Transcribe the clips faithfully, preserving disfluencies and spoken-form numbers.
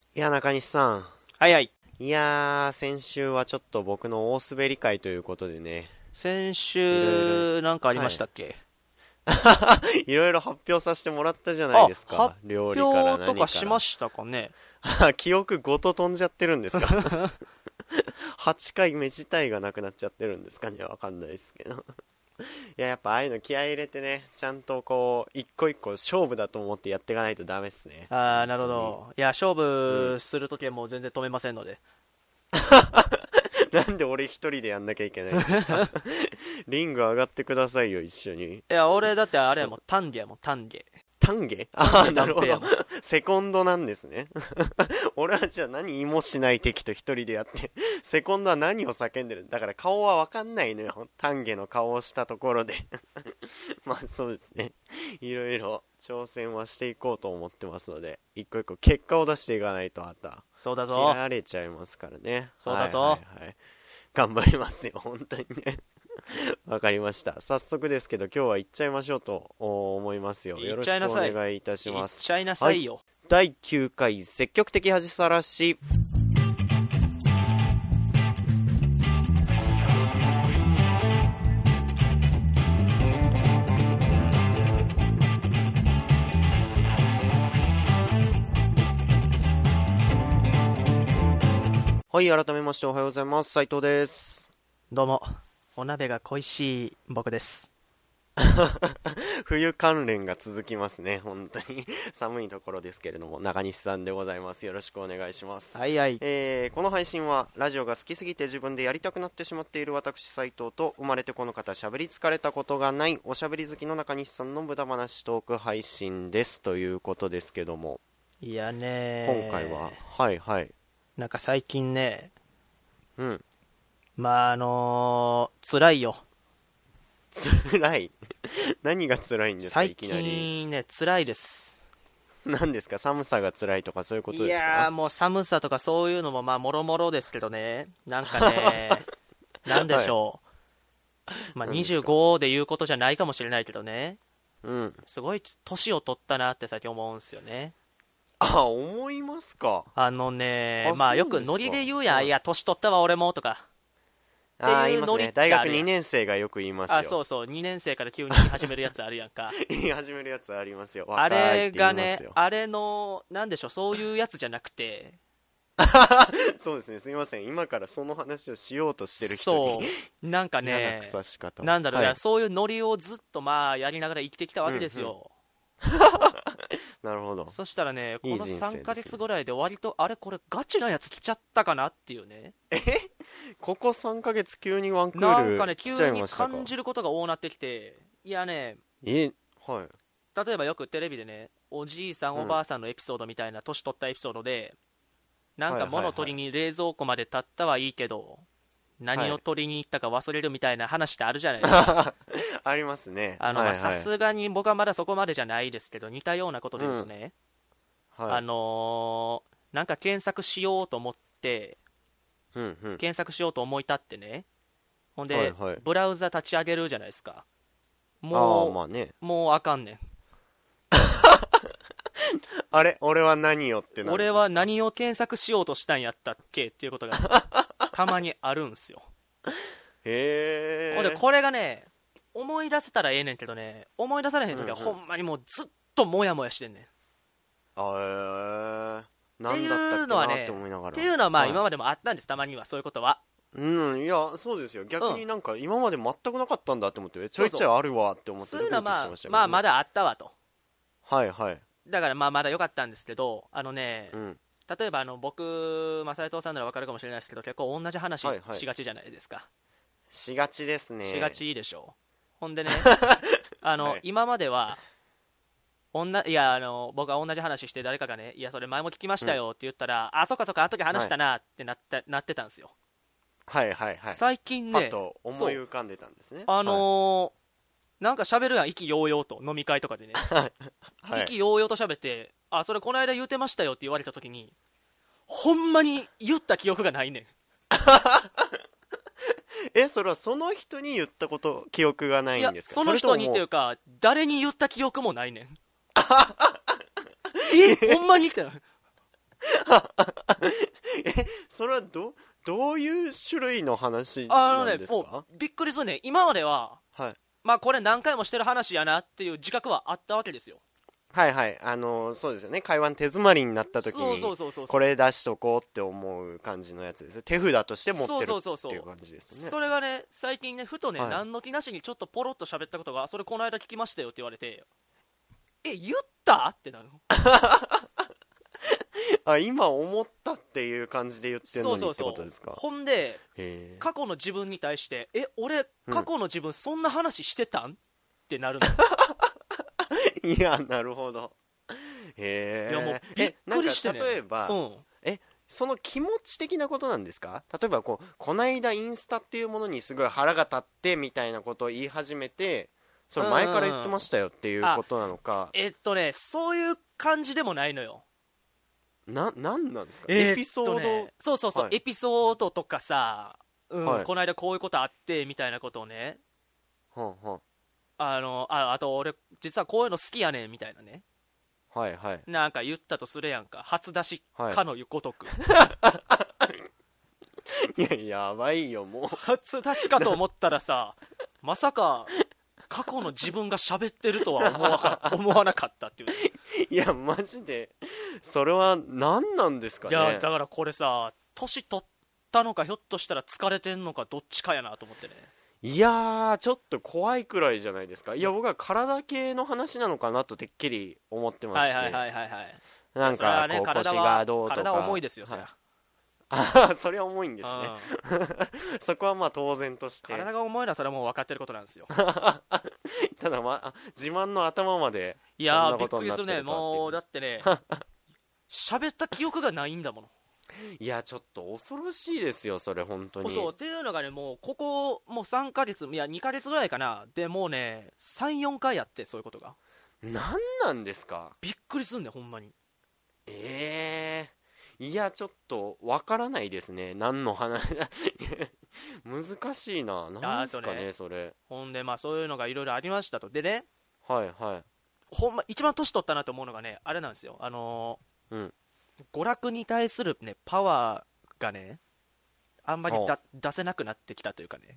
いや、中西さん。 はいはい。 いやー、先週はちょっと僕の大滑り会ということでね。 先いろいろ、 週なんかありましたはっけ？ い。いろいろ発表させてもらったじゃないあ、 ですか。 発料理から表とかしまししたかね？ た。記憶ごと飛んじゃってるんですか？はちかいめ自体がなくなっちゃってるんですかね。わかんないですけど。いや、やっぱああいうの気合い入れてね、ちゃんとこう、一個一個勝負だと思ってやっていかないとダメっすね。 あー、なるほ本ど。いや、勝うん負するときはもう全然止めませんので。 当に。なんで俺一人でやんなきゃいけないんですか？リング上がってくださいよ、一緒に。 いや、俺だってあれやそうもん、丹下やもん、丹下。 丹下ああ、なるほど。 丹下やもん。 セコンドなんですね。俺はじゃあ何もしない敵と一人でやって、セコンドは何を叫んでる？だから顔はわかんないのよ。丹下の顔をしたところで。まあそうですね。いろいろ挑戦はしていこうと思ってますので、一個一個結果を出していかないとあた、切そうだぞ。 られちゃいますからね。 そうだぞ。 はいはいはい。頑張りますよ、本当にね。わかりました。早速ですけど今日は行っちゃいましょうと思いますよ。よ行っろしくおちゃいなさい。 願いいたし行っます。 ちゃいなさいよ。 だいきゅうかい積極的恥さらし。はい、改めましておはようございます。斉藤です。 どうも、お鍋が恋しい僕です。 冬関連が続きますね、本当に。寒いところですけれども、中西さんでございます。よろしくお願いします。 はいはい。 えーこの配信はラジオが好きすぎて自分でやりたくなってしまっている私斉藤と、生まれてこの方喋り疲れたことがないおしゃべり好きの中西さんの無駄話トーク配信ですということですけども、 いやね今回ははいはいなんか最近ね、 うんまああのー、辛いよ。 辛い。何が辛いんですか？ 最いきなり近ね、辛いです。 何ですか？寒さが辛いとかそういうこといですか？ やーもう寒さとかそういうのもまあもろもろですけどね、なんかねなんでしょう、まあ何ですか？ にじゅうごで言うことじゃないかもしれないけどね、 うんすごい年を取ったなって最近思うんですよね。 あ、思いますか？ あのねあまあよくそうですかノリで言うやん、 はいいや年取ったわ俺もとかああ、 って言いうますね。 いノリってあるやん。 大学にねん生がよく言いますよ。 あ、そうそう、にねん生から急に言い始めるやつあるやんか。 言い始めるやつありますよ。 あれ若いって言がねいますよ。 あれのなんでしょう、そういうやつじゃなくて、 そうですね、すみません。今からその話をしようとしてる人そにうなんか嫌なね腐し方。 なんだろう、 はい、 そういうノリをずっとまあやりながら生きてきたわけですよ、 なるほど。 そしたらねこのいい人生ですねさんかげつぐらいで割とあれこれガチなやつ来ちゃったかなっていうね、 ここさんかげつ急にワンクなんーかね急ル来ちゃいにましたか？ 感じることが多なってきて、いやねえ、はい。 例えばよくテレビでねおじいさんうんおばあさんのエピソードみたいな年取ったエピソードで、なんかはいはいはい物取りに冷蔵庫まで立ったはいいけど何を取りに行ったか忘れるみたいな話ってあるじゃないですか。 ありますね。 あのはいはいさすがに僕はまだそこまでじゃないですけど、似たようなことで言うとね、 はい、 あのーなんか検索しようと思ってうんうん、 検索しようと思い立ってね、ほんで、 はいはい、 ブラウザ立ち上げるじゃないですか。 あもうあまあね。 もうあかんねん。 あれ俺は何をってなる。 俺は何を検索しようとしたんやったっけっていうことがたまにあるんすよ。 へえ。 ほんでこれがね思い出せたらええねんけどね、思い出されへん時はうんうんほんまにもうずっとモヤモヤしてんねん。 あえー、なんっていだったっけなうのはねって思いながら。 っていうのはまあはい今までもあったんです、たまにはそういうことは。 うん、いやそうですよ。逆になんか今まで全くなかったんだって思って、ちょいちょいあるわって思ってそういうのはまあドキドキしてまあまだだあったわと。 はいはい、 だからまあまだ良かったんですけど、あのね、 うん例えばあの僕、まあ、斉藤さんなら分かるかもしれないですけど結構同じ話はいはいしがちじゃないですか、 しがちですね。 しがちでしょ。ほんでねあの、 はい、 今まではおんないやあの僕は同じ話して誰かがね、いやそれ前も聞きましたよって言ったら、うん、あそっかそっかあの時話したなってなって、はい、なってたんですよ。 はいはいはい。 最近ねパッと思い浮かんでたんですね。 あのー、なんか喋るやん、意気揚々と飲み会とかでね、はい、意気揚々と喋って、あそれこの間言うてましたよって言われた時にほんまに言った記憶がないねんえ、それはその人に言ったこと記憶がないんですか？ いやその人にっていうか誰に言った記憶もないねんえほんまにってえ、それはどどういう種類の話あのねなんですか？ もうびっくりするね。今までははいまあこれ何回もしてる話やなっていう自覚はあったわけですよ。 はいはい、あのーそうですよね、会話の手詰まりになった時そうにそうそうそうこれ出しとこうって思う感じのやつですね。手札として持ってるそうそうそうそうっていう感じですね。 それがね最近ねふとね、 はい何の気なしにちょっとポロッと喋ったことが、それこの間聞きましたよって言われて、え言ったってなるの。 あ、今思ったっていう感じで言ってるのにってそうそうそうことですか？ ほんでへ過去の自分に対してえ俺うん過去の自分そんな話してたんってなるの。 え。いや、なるほど。へえ。 いやもうびっくりしてねえ、なんか例えば、 うんその気持ち的なことなんですか？例えばこう、こないだインスタっていうものにすごい腹が立ってみたいなことを言い始めて、その前から言ってましたよっていうことなのか、 えっとねそういう感じでもないのよ。 な、なんなんですか？ えーっとねエピソード。 そうそうそう、 はいエピソードとかさ、うんはいこの間こういうことあってみたいなことをね、 はんはんあの あ, あと俺実はこういうの好きやねんみたいなね、 はいはいなんか言ったとするやんか、初出しはい。 かのごとく、 いや、やばいよ、もう。 初出しかと思ったらさまさか過去の自分が喋ってるとは思わか思わなかったっていう、ね、 いや、マジで、それは何なんですかね。 いやだからこれさ年取ったのかひょっとしたら疲れてんのかどっちかやなと思ってね。 いやー、ちょっと怖いくらいじゃないですか。いや、僕は体系の話なのかなとてっきり思ってまして、 はいはいはいはいはいなんそれはねかこう腰体はがどうとか。 体は重いですよ、 はいそりゃああ、それは重いんですね。 うんそこはまあ当然として。 体が重いのはそれはもう分かってることなんですよ。 ただまあ、自慢の頭まで。 いやーそんなことびっくりするね。 になってるとはっていうもうだってね喋った記憶がないんだもの。 いや、ちょっと恐ろしいですよ、それ、本当に。 そうっていうのがねもうここもうさんかげついやにかげつぐらいかなでもうねさんよんかいやって、そういうことが何なんですか？ びっくりすんねほんまに。 ええー、いや、ちょっとわからないですね、何の話。難しいな、何ですかね、 ねそれ。 ほんでまあそういうのがいろいろありましたと。でねはいはい。 ほんま一番年取ったなと思うのがねあれなんですよ、あのーうん娯楽に対するねパワーがねあんまりだほ出せなくなってきたというかね。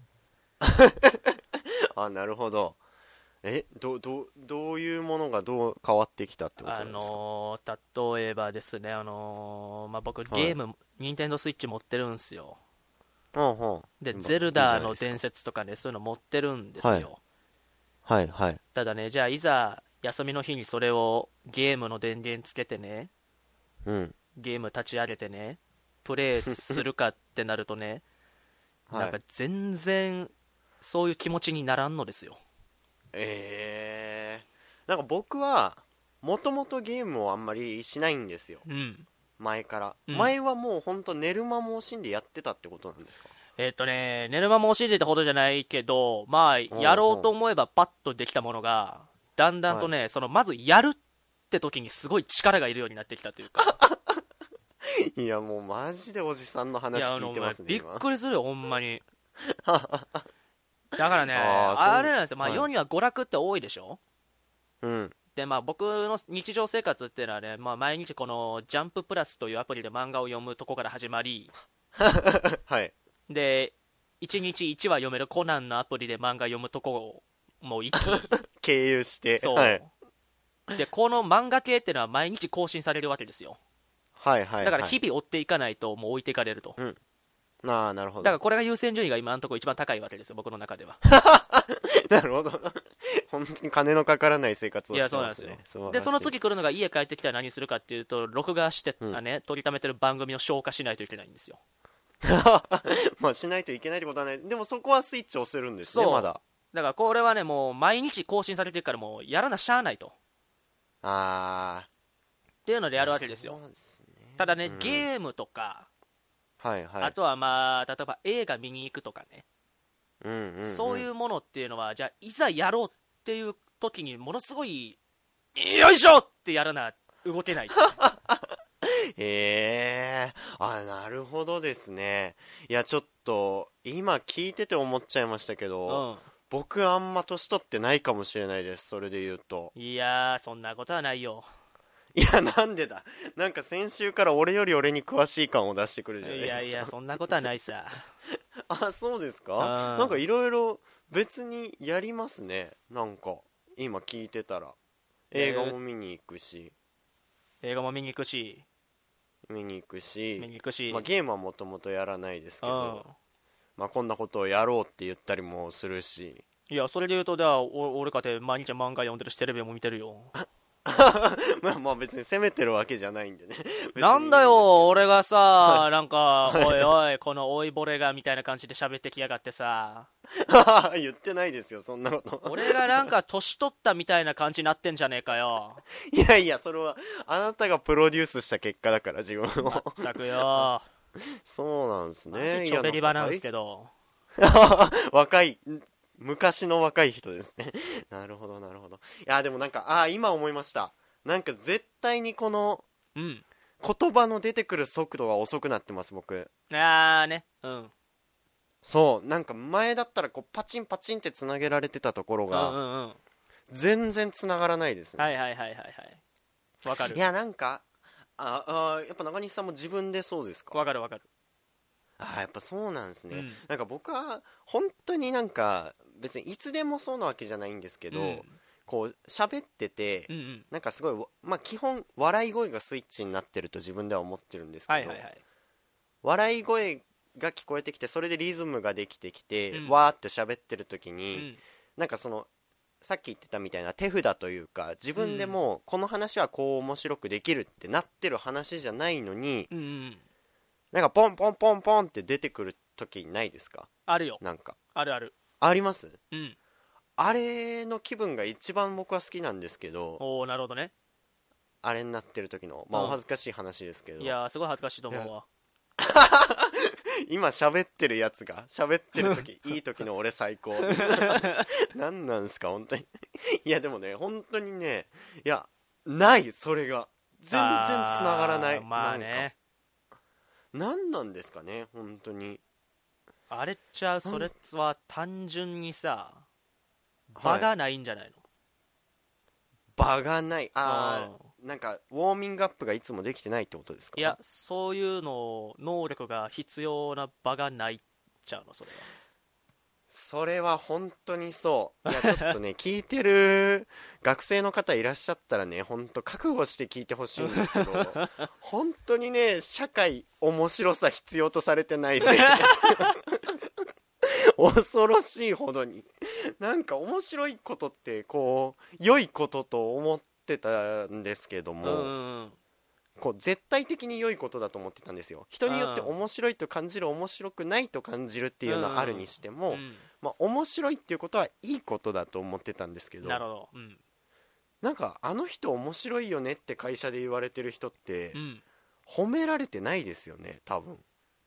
あ、なるほど。え、どどどういうものがどう変わってきたってことあなんですか？ のー、例えばですね、あのーまあ、僕ゲーム、ニンテンドースイッチ持ってるんですよ。 うんうん。 で今ゼルダのいいじゃないです伝説とかねそういうの持ってるんですよ、 かはいはい。 ただねじゃあいざ休みの日にそれをゲームの電源つけてねうん。 ゲーム立ち上げてねプレイするかってなるとねはい、 なんか全然そういう気持ちにならんのですよ。 えー、なんか僕はもともとゲームをあんまりしないんですよ、 うん前から、 うん前はもうほんと寝る間も惜しんでやってたってことなんですか？ えっ、とね寝る間も教えてたほどじゃないけどまあやろうと思えばパッとできたものがだんだんとね、そのまずやるって時にすごい力がいるようになってきたというかいや、もうマジでおじさんのい話やあの聞いてますねびっ今。 くりするよほんまにだからねあーそうあれなんですよ、まあ、 はい世には娯楽って多いでしょ。 うんでまあ僕の日常生活っていうのはね、まあ、毎日このジャンププラスというアプリで漫画を読むとこから始まりはいでいちにちいちわ読めるコナンのアプリで漫画読むとこも行き経由してそう、 はい、 でこの漫画系っていうのは毎日更新されるわけですよ。 はいはいはいだから日々追っていかないともう置いていかれると、 うんああなるほどだからこれが優先順位が今のところ一番高いわけですよ僕の中ではなるほど本当に金のかからない生活をいやしてますね。 そうなんですよでその次来るのが家帰ってきたら何するかっていうと録画して、 うんあね、撮りためてる番組を消化しないといけないんですよ。 まあしないといけないってことはない。でもそこはスイッチ押せるんですね、 そうまだ。 だからこれはねもう毎日更新されてるからもうやらなしゃあないとあっていうのであやるわけですよ。 そうですねただね、 うんゲームとか、 はいはいあとはまあ例えば映画見に行くとかね、 うんうんうん、 そういうものっていうのはじゃあいざやろうっていう時にものすごいよいしょってやらな動けないへえあなるほどですね。いやちょっと今聞いてて思っちゃいましたけど、 う僕あんま年取ってないかもしれないです、それで言うと。 ん、いやーそんなことはないよ。 いや、なんでだ。なんか先週から俺より俺に詳しい感を出してくるじゃないですか。 いやいや、そんなことはないさ。 あ、そうですか。 うんなんかいろいろ別にやりますね。なんか今聞いてたら映画も見に行くし、 映画も見に行くし、 見に行くし、 見に行くし、 まあ、ゲームはもともとやらないですけうんど、まあ、こんなことをやろうって言ったりもするし。 いや、それで言うと、ではお俺かて毎日漫画読んでるし、テレビも見てるよ。 まあまあ別に責めてるわけじゃないんでね。 なんだよ、俺が。 がさ、なんか、おいおい、この老いぼれがみたいな感じで喋ってきやがってさ、 言ってないですよ、そんなこと。 俺がなんか年取ったみたいな感じになってんじゃねえかよ。 いやいや、それはあなたがプロデュースした結果だから、自分を。 まったくよ。 そうなんですマね。 ジちょべり場なんですけど。 若い、昔の若い人ですね。なるほどなるほど。いやでもなんか、ああ今思いました。なんか絶対にこのうん。 言葉の出てくる速度が遅くなってます、僕。 あーね。うん。 そうなんか前だったらこうパチンパチンってつなげられてたところうんがうんうん。 全然つながらないですね。 はいはいはいはいはい。わかる。 いやなんかああやっぱ中西さんも自分でそうですか。 わかるわかる。 あやっぱそうなんですね、 うん、 なんか僕は本当になんか別にいつでもそうなわけじゃないんですけど、 うん、 こう喋ってて、 うんうん、 なんかすごいまあ基本笑い声がスイッチになってると自分では思ってるんですけど、 はいはいはい。 笑い声が聞こえてきてそれでリズムができてきて、 うん、 わーって喋ってる時に、 うん、 なんかそのさっき言ってたみたいな手札というか自分でもこの話はこう面白くできるってなってる話じゃないのに、 うんうん、 なんかポンポンポンポンって出てくる時ないですか。 あるよ。 なんかあるある。 あります。 うん。 あれの気分が一番僕は好きなんですけど、 おお、なるほどね。 あれになってる時のまあうんお恥ずかしい話ですけど、 いやーすごい恥ずかしいと思うわ。 今喋ってるやつが喋ってる時いい時の俺最高。何なんすか本当に。いやでもね本当にね、いやないそれが全然つながらない。 まあね、 何なんですかね本当に。 あれっちゃう、それは単純にさ場がないんじゃないの、 場がない。あああなんかウォーミングアップがいつもできてないってことですか。 いや、そういうの能力が必要な場がないっちゃうの、それは。 それは本当にそう。いやちょっとね聞いてる学生の方いらっしゃったらね本当覚悟して聞いてほしいんですけど本当にね社会面白さ必要とされてないぜ恐ろしいほどになんか面白いことってこう良いことと思ってたんですけども、 うんうんうん、 こう絶対的に良いことだと思ってたんですよ。人によって面白いと感じる面白くないと感じるっていうのはあるにしても、 うん、 まあ、面白いっていうことはいいことだと思ってたんですけど、 なるほど、うん、 なんかあの人面白いよねって会社で言われてる人って、 うん、 褒められてないですよね多分。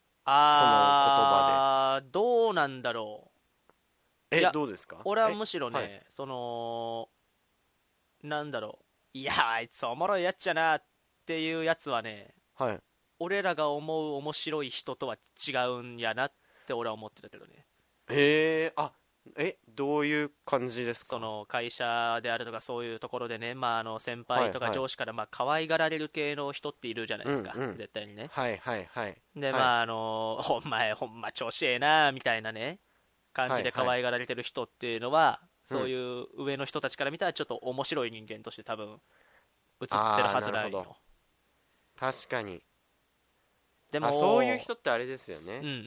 あー、その言葉でどうなんだろう。 えどうですか。 俺はむしろね、 はい、 そのなんだろう、いやあいつおもろいやっちゃなっていうやつはね、 はい、 俺らが思う面白い人とは違うんやなって俺は思ってたけどね。 へえ、あえどういう感じですか。 その会社であるとかそういうところでね、まあ、あの先輩とか上司からまあ可愛がられる系の人っているじゃないですか、 うんうん、 絶対にね。 はいはいはい。 で、 はい、 まああのほんまほんま調子ええなみたいなね感じで可愛がられてる人っていうのは、はいはい、そういう上の人たちから見たらちょっと面白い人間として多分映ってるはずないよ。 確かに。 でもあそういう人ってあれですよね、 うんうんうん、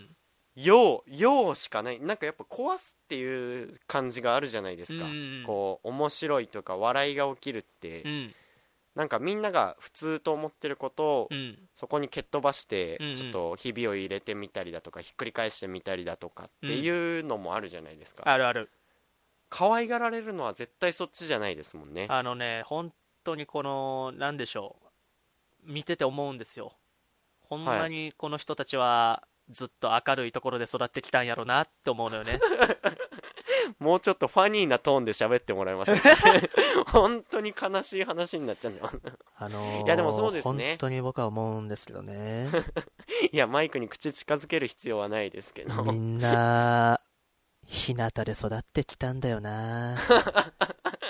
用用しかない。なんかやっぱ壊すっていう感じがあるじゃないですか、 うんうんうん、 こう面白いとか笑いが起きるって、うん、なんかみんなが普通と思ってることを、うん、そこに蹴っ飛ばしてちょっとひびを入れてみたりだとかひっくり返してみたりだとかっていうのもあるじゃないですか、 うん、あるある。 可愛がられるのは絶対そっちじゃないですもんね。 あのね本当にこのなんでしょう、見てて思うんですよ。ほんまにこの人たちはずっと明るいところで育ってきたんやろなって思うのよねもうちょっとファニーなトーンで喋ってもらえます本当に悲しい話になっちゃうんだよあのー、 いやでもそうですね、 本当に僕は思うんですけどねいやマイクに口近づける必要はないですけどみんな日向で育ってきたんだよな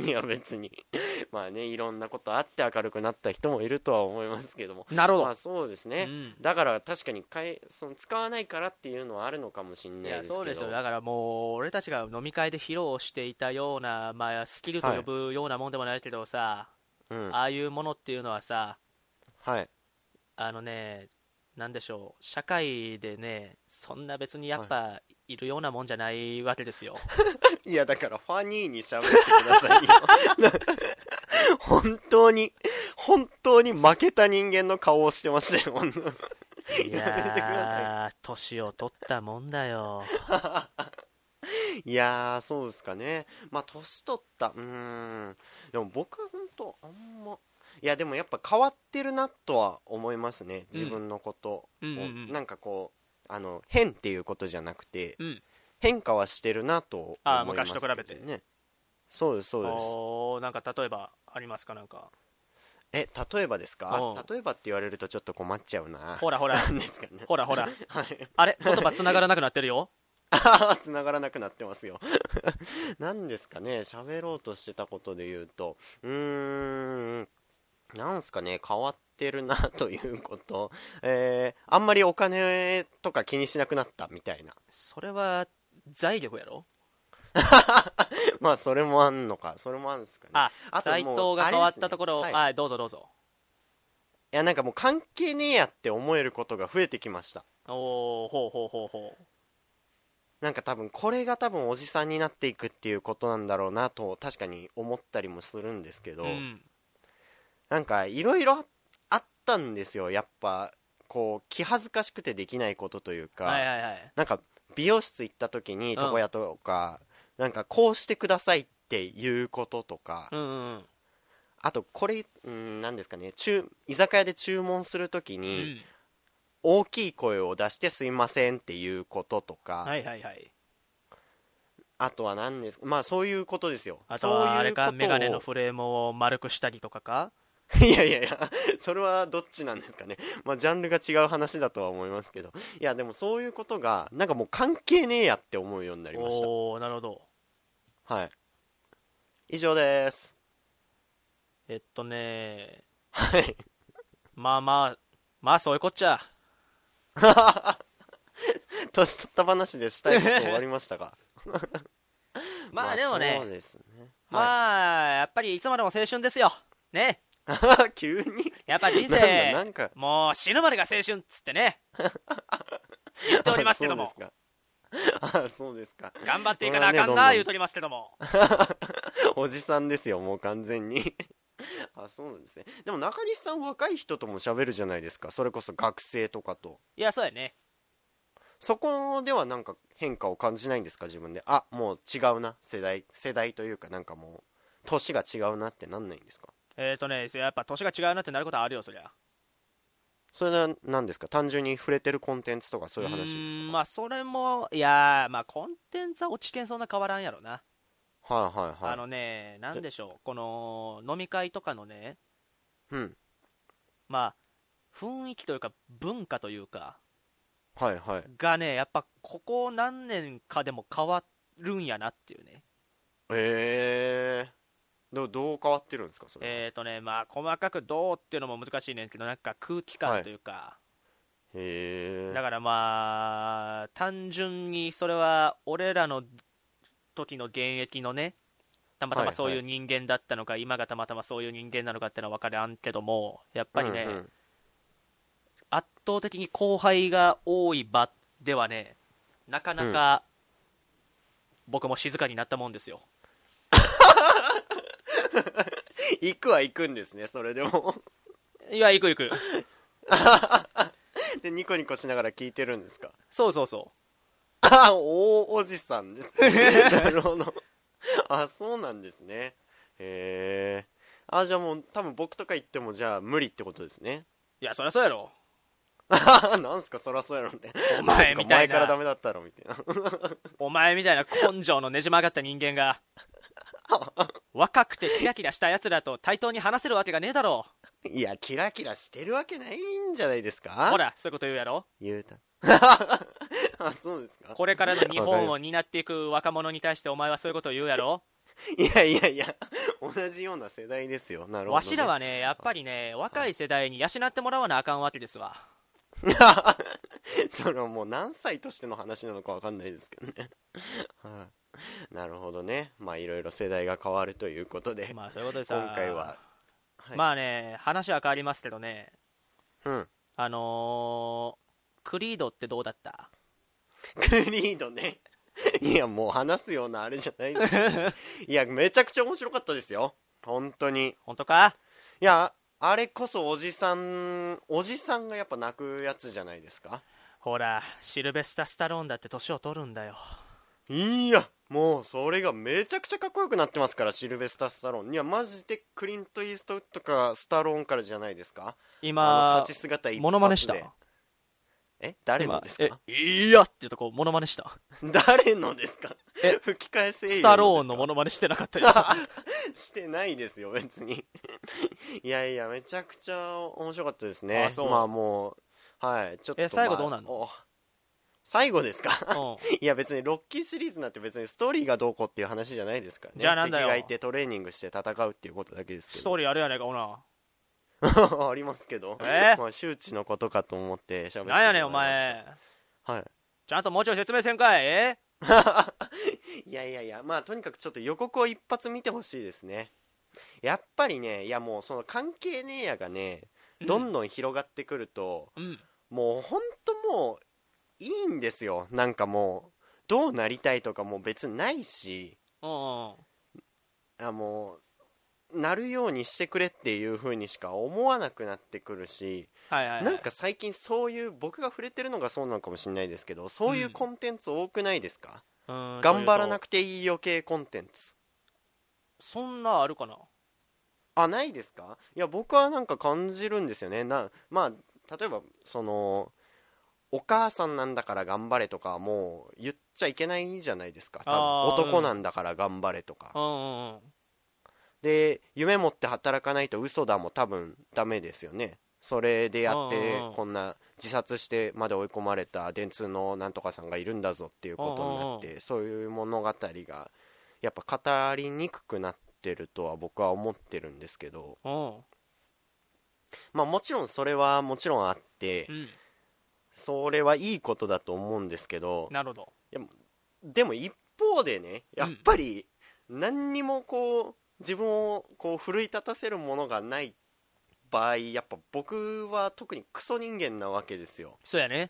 いや別にまあね、いろんなことあって明るくなった人もいるとは思いますけども、 なるほど、 まあそうですね、 うん、 だから確かにかえその使わないからっていうのはあるのかもしれないいですけど。 やそうですよ。だからもう俺たちが飲み会で披露していたような、まあ、スキルと呼ぶようなもんでもないけどさ、 はい、うん、 ああいうものっていうのはさ、 はい、 あのね、なんでしょう、社会でね、そんな別にやっはぱいるようなもんじゃないわけですよ。 い、いやだからファニーに喋ってくださいよ本当に本当に負けた人間の顔をしてましたよいやめてくださやー、年を取ったもんだよ。 い。いやーそうですかね。まあ年取ったうーんでも僕は本当あんま、いやでもやっぱ変わってるなとは思いますね、自分のことを、 うんうんうんうん、 なんかこうあの変っていうことじゃなくて、 うん、 変化はしてるなと思いますけどね。 あ昔と比べて。 そうですそうです。 おー、なんか例えばありますか？なんかえ例えばですか？ うん例えばって言われるとちょっと困っちゃうな。 ほらほらなんですかね。 ほらほらはいあれ言葉繋がらなくなってるよ。 ああ繋がらなくなってますよなんですかね、喋ろうとしてたことで言うと、うーんなんすかね、変わってるなということ、えー、あんまりお金とか気にしなくなったみたいな。 それは財力やろ。 まあそれもあんのか、それもあるんですかね。 あ、 あとサイもうトが変わったところ、 あれですね、はい、 あ、どうぞどうぞ。 いやなんかもう関係ねえやって思えることが増えてきました。 おー、ほうほうほうほう。 なんか多分これが多分おじさんになっていくっていうことなんだろうなと確かに思ったりもするんですけど、 うん、 なんかいろいろあったんですよ、やっぱこう気恥ずかしくてできないことというか、 はいはいはい。 なんか美容室行った時にうん床屋とか、なんかこうしてくださいっていうこととか、 うんうんあとこれ、うん、なんですかね、中居酒屋で注文する時うにん。 大きい声を出してすいませんっていうこととか、 はいはいはい。 あとは何ですか、まあそういうことですよ。 あとはあれか、 そういうことをメガネのフレームを丸くしたりとかか。 いやいやいや、それはどっちなんですかね。まあジャンルが違う話だとは思いますけど、いやでもそういうことがなんかもう関係ねえやって思うようになりました。 おー、なるほど。 はい、以上です。 えっとね、 はい。 まあまあ、まあそういうこっちゃ。 年取った話でしたいこと終わりましたか？ まあでもね、 そうですね。 まはあ、やっぱりいつまでも青春ですよ。ね。 い。急にやっぱ人なん生、 だなんかもう死ぬまでが青春っつってね、言っておりますけども。 あ、そうですか。 頑張っていかなあかんな、 これはね言うとりますけども。 おじさんですよ、もう完全に。あ、そうなんですね。でも中西さん若い人とも喋るじゃないですか。それこそ学生とかと。 いや、そうやね。 そこではなんか変化を感じないんですか、自分で。あ、もう違うな、世代世代というか、なんかもう年が違うなってなんないんですか？ えっ、ー、とね、やっぱ年が違うなってなることはあるよ、そりゃ。 それは何ですか？単純に触れてるコンテンツとかそういう話ですか？ うーん、まあそれも、いやまあコンテンツは落ちてんそんな変わらんやろな。 はいはいはい。 あのね、なんでしょう、この飲み会とかのね、 うん。 まあ雰囲気というか文化というかはいはい。 がね、やっぱここ何年かでも変わるんやなっていうね。 ええー、どどう変わってるんですか、それは。 えっ、ー、とね、まあ細かくどうっていうのも難しいねんけど、なんか空気感というか、 はい、へえ。 だからまあ単純にそれは俺らの時の現役のね、たまたまそういう人間だったのか、はいはい、今がたまたまそういう人間なのかっていうのは分からんけども、やっぱりね、うんうん、圧倒的に後輩が多い場ではね、なかなか僕も静かになったもんですよ。 行くは行くんですね、それでも。 いや、行く行く。 でニコニコしながら聞いてるんですか？ そうそうそう。 あ、大おじさんですね。なるほど。あ、そうなんですね。へえ。あ、じゃあもう多分僕とか言ってもじゃあ無理ってことですね。 いや、そりゃそうやろ。 なんすか、そりゃそうやろって。 お前みたいな。 前からダメだったろみたいな。 お前みたいな根性のねじ曲がった人間が若くてキラキラしたやつらと対等に話せるわけがねえだろう。いや、キラキラしてるわけないんじゃないですか。 ほら、そういうこと言うやろ。 言うた。あ、そうですか。 これからの日本を担っていく若者に対してお前はそういうことを言うやろ。 いやいやいや、同じような世代ですよ。なるほど、ね、 わしらはねやっぱりね若い世代に養ってもらわなあかんわけですわ。 それはもう何歳としての話なのか分かんないですけどね。はあ、なるほどね。まあいろいろ世代が変わるということで、 まあそういうことでさ、 今回は、はい、 まあね話は変わりますけどね、 うん、 あのー、クリードってどうだった？ クリードね。いやもう話すようなあれじゃないですいやめちゃくちゃ面白かったですよ本当に。 本当か？ いやあれこそおじさんおじさんがやっぱ泣くやつじゃないですか。 ほらシルベスタ・スタローンだって年を取るんだよ。 いやもうそれがめちゃくちゃかっこよくなってますから、シルベスタ・スタローン。いやマジでクリント・イーストウッドかスタローンからじゃないですか。 今あの立ち姿一発でモノマネした？ え誰のですか？ えいやっていうとこモノマネした？ 誰のですか？ え吹き替え声優スタローンのモノマネしてなかったよしてないですよ別にいやいやめちゃくちゃ面白かったですね。 あそう。 まあもうはいちょっと、 え最後どうなんの？ まあ、最後ですかうんいや別にロッキーシリーズなんて別にストーリーがどうこうっていう話じゃないですからね。 じゃあなんだよ敵がいてトレーニングして戦うっていうことだけですけど。 ストーリーあるやないかほなありますけど、 えまあ周知のことかと思って喋ってしまいました。 なんやねんお前、 はいちゃんともうちょい説明せんかい。えいやいやいやまあとにかくちょっと予告を一発見てほしいですね。やっぱりねいやもうその関係ねえやがねどんどん広がってくると、 うん、 もうほんともういいんですよ。なんかもうどうなりたいとかも別にないし、 うんうんあもうなるようにしてくれっていう風にしか思わなくなってくるし、 はいはいはい、 なんか最近そういう僕が触れてるのがそうなのかもしれないですけど、そういうコンテンツ多くないですか？ うん、 頑張らなくくていい余計コンテンツ。 そんなあるかな。 あないですか？いや僕はなんか感じるんですよね。なまあ例えばそのお母さんなんだから頑張れとかもう言っちゃいけないじゃないですか。多分男なんだから頑張れとか、 うんうんうん、 で夢持って働かないと嘘だも多分ダメですよね。それでやってうんうんうんこんな自殺してまで追い込まれた電通のなんとかさんがいるんだぞっていうことになって、 うんうんそういう物語がやっぱ語りにくくなってるとは僕は思ってるんですけど、 うんまあもちろんそれはもちろんあって、 うん、 それはいいことだと思うんですけど、 なるほど。 いやでも一方でねやっぱり何にもこう自分をこう奮い立たせるものがない場合、やっぱ僕は特にクソ人間なわけですよ。 そうやね。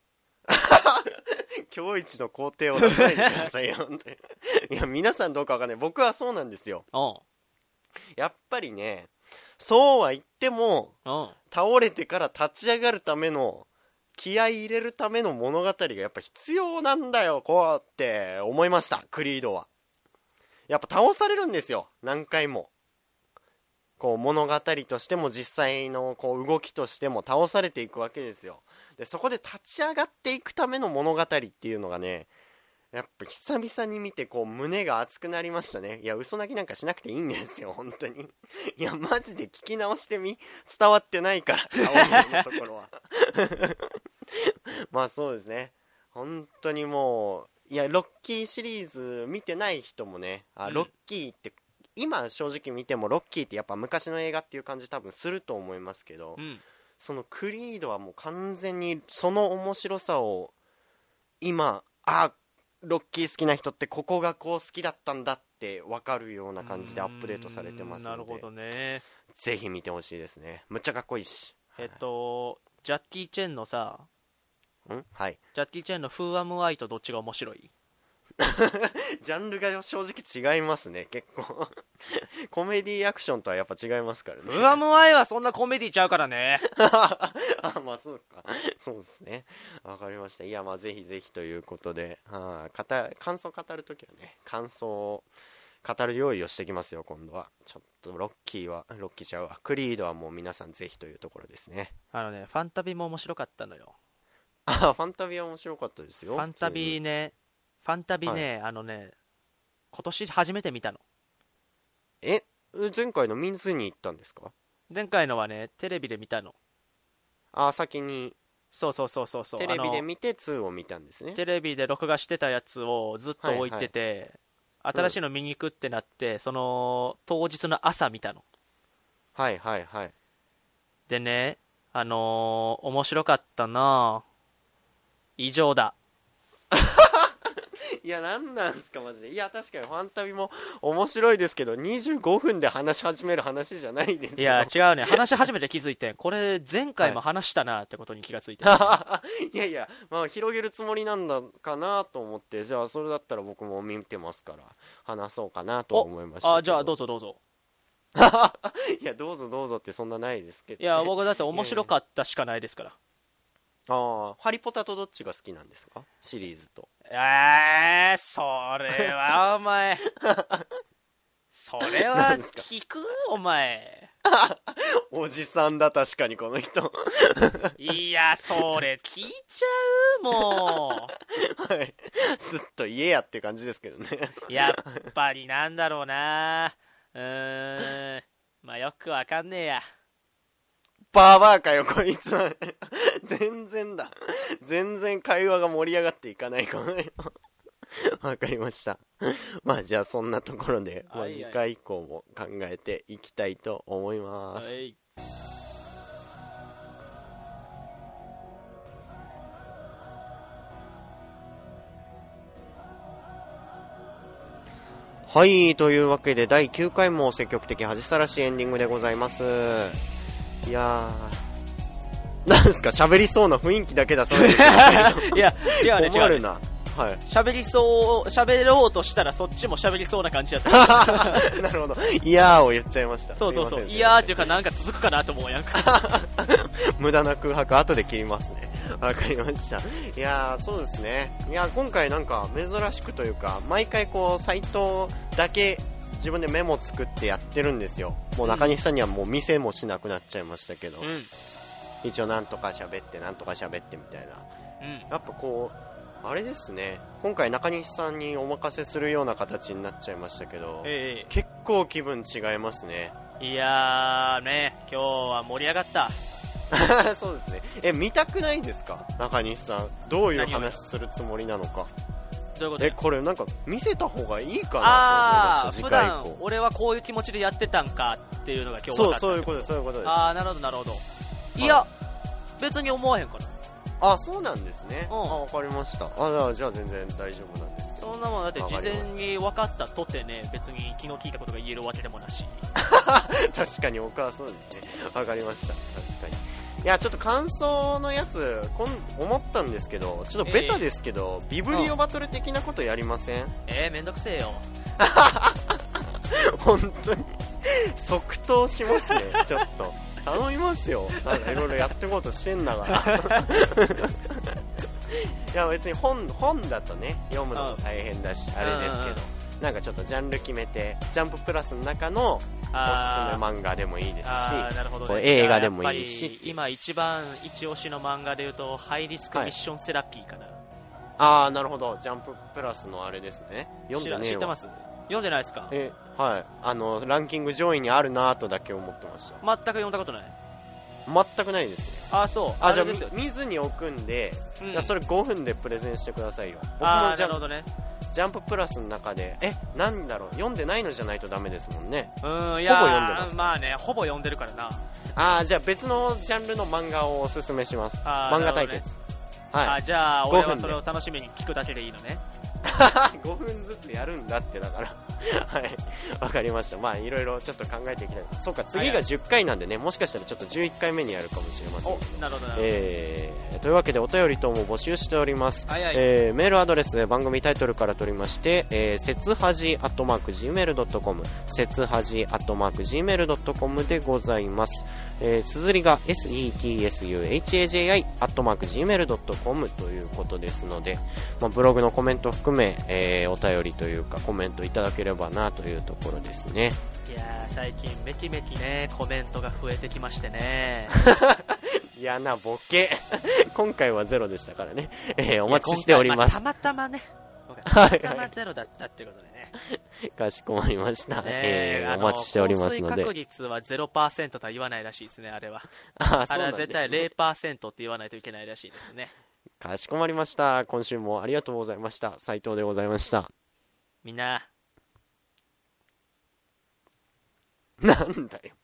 今日一の肯定を出さないでくださいよ本当にいや皆さんどうかわかんない、僕はそうなんですよ。 うんやっぱりねそうは言ってもうん倒れてから立ち上がるための気合い入れるための物語がやっぱ必要なんだよこうって思いました。クリードはやっぱ倒されるんですよ何回も。こう物語としても実際のこう動きとしても倒されていくわけですよ。でそこで立ち上がっていくための物語っていうのがねやっぱ久々に見てこう胸が熱くなりましたね。いや嘘泣きなんかしなくていいんですよ本当に。いやマジで聞き直してみ、伝わってないから青のところはまあそうですね本当にもういやロッキーシリーズ見てない人もねあロッキーって、うん今正直見てもロッキーってやっぱ昔の映画っていう感じ多分すると思いますけど、 うん、 そのクリードはもう完全にその面白さを今あロッキー好きな人ってここがこう好きだったんだって分かるような感じでアップデートされてますので、 なるほどね。 ぜひ見てほしいですね。むっちゃかっこいいし、 えっとジャッキー・チェンのさんはいジャッキー・チェンのフーアム・アイとどっちが面白い？ ジャンルが正直違いますね結構コメディアクションとはやっぱ違いますからね。 フーアム・アイはそんなコメディちゃうからねあまあそうかそうですねわかりました。いやまあぜひぜひということで、はあ、語感想語るときはね感想を語る用意をしてきますよ今度は。ちょっとロッキーはロッキーちゃうわクリードはもう皆さんぜひというところですね。 あのねファンタビも面白かったのよ。 あファンタビは面白かったですよ。 ファンタビねファンタビね、はい、あのね今年初めて見たの。 え前回の見ずに行ったんですか？ 前回のはねテレビで見たの。 あ先にそうそうそうそうそうテレビで見てツーを見たんですね。 テレビで録画してたやつをずっと置いてて、はいはい、 新しいの見に行くってなって、うん、その当日の朝見たの。 はいはいはい。 でね、あのー、面白かったな。以上だ。 いや、なんなんすかマジで。いや、確かにファンタビも面白いですけど、にじゅうごふんで話し始める話じゃないですよ。 いや違うね、話し始めて気づいて、これ前回も話したなってことに気がついて、 はい、いやいや、まあ広げるつもりなんだかなと思って、じゃあそれだったら僕も見てますから話そうかなと思いました。 あ、じゃあどうぞどうぞ。 いや、どうぞどうぞってそんなないですけど、ね、 いや僕だって面白かったしかないですから。 ああ、ハリポタとどっちが好きなんですか、シリーズと。 えー、それはお前それは聞くお前おじさんだ、確かにこの人いや、それ聞いちゃうもうはい、すっと言えやって感じですけどねやっぱりなんだろうな、うーん、まあよくわかんねえや。 バーバーかよこいつは全然だ、全然会話が盛り上がっていかないかもねわかりました。まあじゃあそんなところで、まあ、次回以降も考えていきたいと思います。はい、はい、というわけでだいきゅうかいも積極的恥さらしエンディングでございます。いやー、なんですか、喋りそうな雰囲気だけ出さないでくださいいや違うね違うね、 な、はい、 喋りそう喋ろうとしたらそっちも喋りそうな感じだったなるほど、いやーを言っちゃいました。 そうそうそう、いやーっていうかなんか続くかなと思うやんか無駄な空白後で切りますね。わかりました。いやー、そうですね。いやー、今回なんか珍しくというか、毎回こうサイトだけ自分でメモ作ってやってるんですよ。もう中西さんにはもう見せもしなくなっちゃいましたけど、うん、一応なんとか喋ってなんとか喋ってみたいな、うん、やっぱこうあれですね、今回中西さんにお任せするような形になっちゃいましたけど、ええ、結構気分違いますね。 いやーね、今日は盛り上がったそうですね。え、見たくないですか中西さん、どういう話するつもりなのか。 どういうこと？ え、これなんか見せた方がいいかなと思いました。次回以降、 普段俺はこういう気持ちでやってたんかっていうのが今日分かった。 そう、そういうことです、そういうことです。 ああ、なるほどなるほど。いや、はい、別に思わへんかな。 あ、そうなんですね。うん、あ、分かりました。あ、じゃあ全然大丈夫なんですけど。 そんなもんだって事前に分かったとてね、別に昨日聞いたことが言えるわけでもなし確かに僕はそうですね。分かりました。確かに。いや、ちょっと感想のやつこん思ったんですけど、ちょっとベタですけど、えー、ビブリオバトル的なことやりません？ えー、めんどくせえよ本当に即答しますね。ちょっと頼みますよ。なんかいろいろやっていこうとしてんだからいや別に 本, 本だとね読むのも大変だし、あれですけど、なんかちょっとジャンル決めて、ジャンププラスの中のおすすめ漫画でもいいですし、なるほど、ね、これ映画でもいいし、 今一番一押しの漫画でいうとハイリスクミッションセラピーかな、はい、 ああ、なるほど、ジャンププラスのあれですね。読んでねえわ。 知ってます？読んでないですか？ え、はい、あのランキング上位にあるなとだけ思ってました。 全く読んだことない。 全くないですね。 ああ、そう。 あ、じゃあ見ずに置くんで、うん、じゃそれごふんでプレゼンしてくださいよ。僕もじゃあ、ね、ジャンププラスの中で、え、なんだろう、読んでないのじゃないとダメですもんね。 うん、いや、ほぼ読んでます。まあね、ほぼ読んでるからな。 ああ、じゃあ別のジャンルの漫画をおすすめします。漫画対決、ね、はい。 あ、じゃあ俺はそれを楽しみに聞くだけでいいのね。 ごふんずつやるんだってだからはい、わかりました。まあいろいろちょっと考えていきたい。そうか、次がじゅっかいなんでね、もしかしたらちょっとじゅういっかいめにやるかもしれません。お、 なるほどなるほど。 えー、というわけでお便り等も募集しております。はいはい、えー、メールアドレス番組タイトルから取りまして、えー、せつはじアットマーク ジーメールドットコム せつはじアットマーク ジーメールドットコム でございます。えー、綴りが エスイーティーエスユーエイチエージェーアイ アットマーク ジーメールドットコム ということですので、まあ、ブログのコメント含め、えー、お便りというかコメントいただければなというところですね。 いやー、最近めきめきねコメントが増えてきましてね嫌なボケ今回はゼロでしたからね、えー、お待ちしております。 たまたまね、たまたまゼロだったっていうことでねかしこまりました、えー、お待ちしておりますので。降水確率は ゼロパーセント とは言わないらしいですね。あれはあ, あれは絶対 ゼロパーセント って言わないといけないらしいですね。 かしこまりました。今週もありがとうございました。斉藤でございました。 みんななんだよ